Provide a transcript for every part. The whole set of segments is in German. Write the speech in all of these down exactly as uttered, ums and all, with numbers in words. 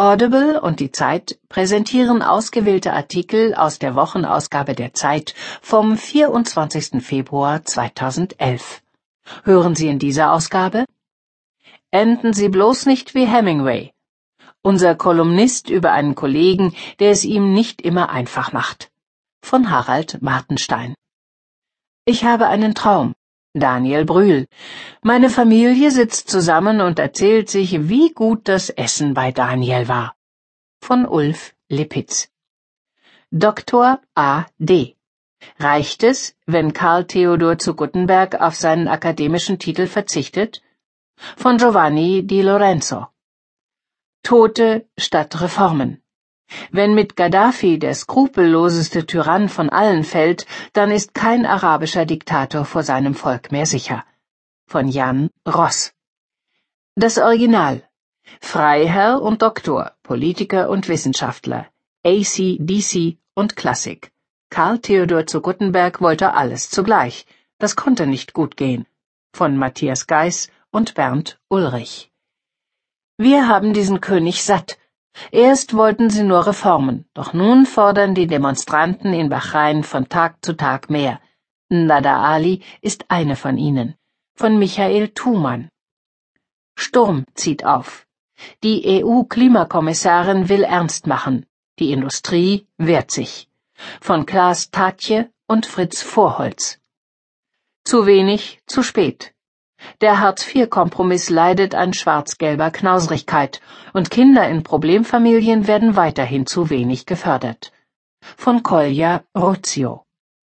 Audible und die Zeit präsentieren ausgewählte Artikel aus der Wochenausgabe der Zeit vom vierundzwanzigsten Februar zweitausendelf. Hören Sie in dieser Ausgabe: Enden Sie bloß nicht wie Hemingway. Unser Kolumnist über einen Kollegen, der es ihm nicht immer einfach macht. Von Harald Martenstein. Ich habe einen Traum. Daniel Brühl. Meine Familie sitzt zusammen und erzählt sich, wie gut das Essen bei Daniel war. Von Ulf Lippitz. Doktor A D. Reicht es, wenn Karl Theodor zu Guttenberg auf seinen akademischen Titel verzichtet? Von Giovanni Di Lorenzo. Tote statt Reformen. Wenn mit Gaddafi der skrupelloseste Tyrann von allen fällt, dann ist kein arabischer Diktator vor seinem Volk mehr sicher. Von Jan Ross. Das Original. Freiherr und Doktor, Politiker und Wissenschaftler, A C D C und Klassik. Karl Theodor zu Guttenberg wollte alles zugleich. Das konnte nicht gut gehen. Von Matthias Geis und Bernd Ulrich. Wir haben diesen König satt. Erst wollten sie nur Reformen, doch nun fordern die Demonstranten in Bahrain von Tag zu Tag mehr. Nada Ali ist eine von ihnen. Von Michael Thumann. Sturm zieht auf. Die E U-Klimakommissarin will ernst machen. Die Industrie wehrt sich. Von Klaas Tatje und Fritz Vorholz. Zu wenig, zu spät. Der Hartz-vier-Kompromiss leidet an schwarz-gelber Knausrigkeit und Kinder in Problemfamilien werden weiterhin zu wenig gefördert. Von Kolja Rozio.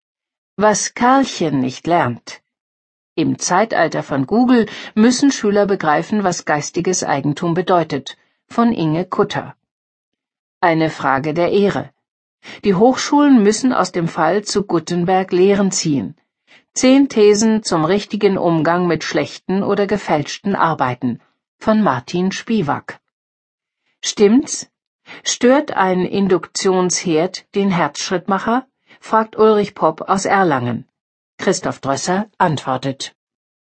Was Karlchen nicht lernt. Im Zeitalter von Google müssen Schüler begreifen, was geistiges Eigentum bedeutet. Von Inge Kutter. Eine Frage der Ehre. Die Hochschulen müssen aus dem Fall zu Guttenberg Lehren ziehen. Zehn Thesen zum richtigen Umgang mit schlechten oder gefälschten Arbeiten. Von Martin Spiewak. Stimmt's? Stört ein Induktionsherd den Herzschrittmacher? Fragt Ulrich Popp aus Erlangen. Christoph Drösser antwortet.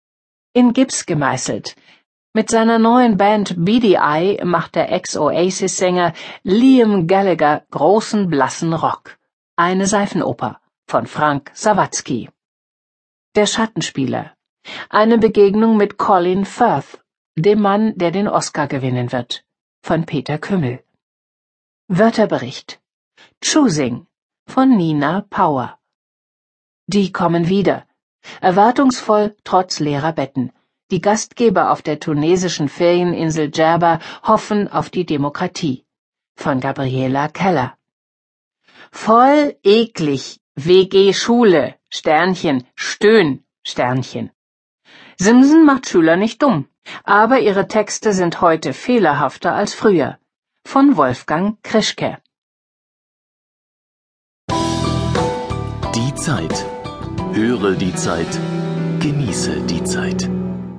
In Gips gemeißelt. Mit seiner neuen Band B D I macht der Ex-Oasis-Sänger Liam Gallagher großen blassen Rock. Eine Seifenoper. Von Frank Sawatzki. Der Schattenspieler. Eine Begegnung mit Colin Firth, dem Mann, der den Oscar gewinnen wird. Von Peter Kümmel. Wörterbericht. Choosing. Von Nina Power. Die kommen wieder. Erwartungsvoll trotz leerer Betten. Die Gastgeber auf der tunesischen Ferieninsel Djerba hoffen auf die Demokratie. Von Gabriela Keller. Voll eklig. W G Schule. Sternchen, Stöhn, Sternchen. Simsen macht Schüler nicht dumm, aber ihre Texte sind heute fehlerhafter als früher. Von Wolfgang Krischke. Die Zeit. Höre die Zeit. Genieße die Zeit.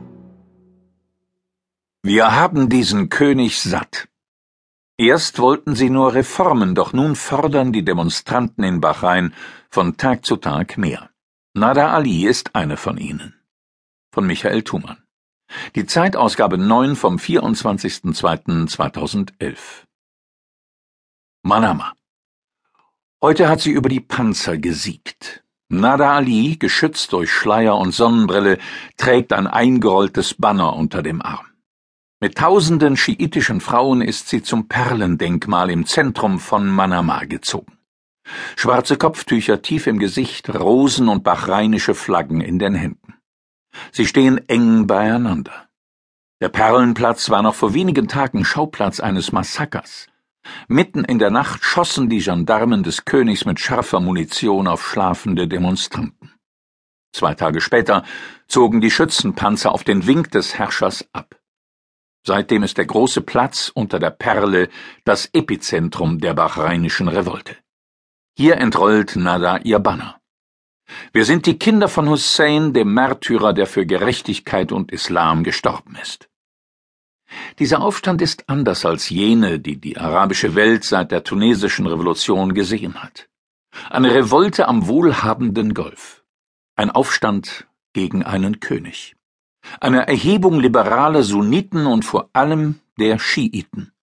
Wir haben diesen König satt. Erst wollten sie nur Reformen, doch nun fordern die Demonstranten in Bahrain von Tag zu Tag mehr. Nada Ali ist eine von ihnen. Von Michael Thumann. Die Zeitausgabe neun vom vierundzwanzigsten zweiten zweitausendelf. Manama. Heute hat sie über die Panzer gesiegt. Nada Ali, geschützt durch Schleier und Sonnenbrille, trägt ein eingerolltes Banner unter dem Arm. Mit tausenden schiitischen Frauen ist sie zum Perlendenkmal im Zentrum von Manama gezogen. Schwarze Kopftücher tief im Gesicht, Rosen und bahrainische Flaggen in den Händen. Sie stehen eng beieinander. Der Perlenplatz war noch vor wenigen Tagen Schauplatz eines Massakers. Mitten in der Nacht schossen die Gendarmen des Königs mit scharfer Munition auf schlafende Demonstranten. Zwei Tage später zogen die Schützenpanzer auf den Wink des Herrschers ab. Seitdem ist der große Platz unter der Perle das Epizentrum der bahrainischen Revolte. Hier entrollt Nada ihr Banner. Wir sind die Kinder von Hussein, dem Märtyrer, der für Gerechtigkeit und Islam gestorben ist. Dieser Aufstand ist anders als jene, die die arabische Welt seit der tunesischen Revolution gesehen hat. Eine Revolte am wohlhabenden Golf. Ein Aufstand gegen einen König. Eine Erhebung liberaler Sunniten und vor allem der Schiiten.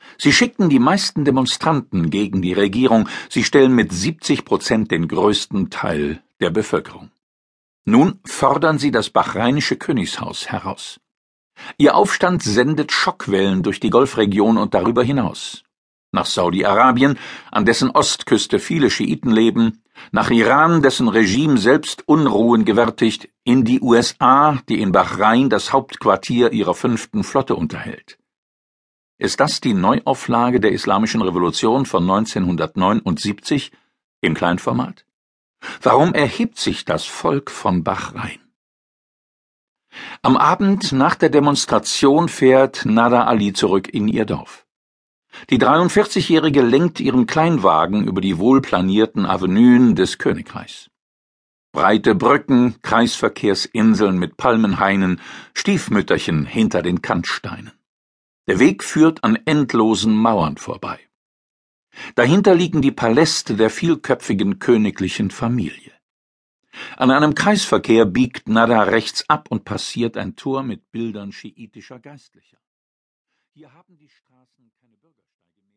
Sie schickten die meisten Demonstranten gegen die Regierung, sie stellen mit siebzig Prozent den größten Teil der Bevölkerung. Nun fordern sie das bahrainische Königshaus heraus. Ihr Aufstand sendet Schockwellen durch die Golfregion und darüber hinaus. Nach Saudi-Arabien, an dessen Ostküste viele Schiiten leben, nach Iran, dessen Regime selbst Unruhen gewärtigt, in die U S A, die in Bahrain das Hauptquartier ihrer fünften Flotte unterhält. Ist das die Neuauflage der Islamischen Revolution von neunzehnhundertneunundsiebzig im Kleinformat? Warum erhebt sich das Volk von Bahrain? Am Abend nach der Demonstration fährt Nada Ali zurück in ihr Dorf. Die dreiundvierzigjährige lenkt ihren Kleinwagen über die wohlplanierten Avenuen des Königreichs. Breite Brücken, Kreisverkehrsinseln mit Palmenhainen, Stiefmütterchen hinter den Kantsteinen. Der Weg führt an endlosen Mauern vorbei. Dahinter liegen die Paläste der vielköpfigen königlichen Familie. An einem Kreisverkehr biegt Nada rechts ab und passiert ein Tor mit Bildern schiitischer Geistlicher. Hier haben die Straßen keine Bürgersteige mehr.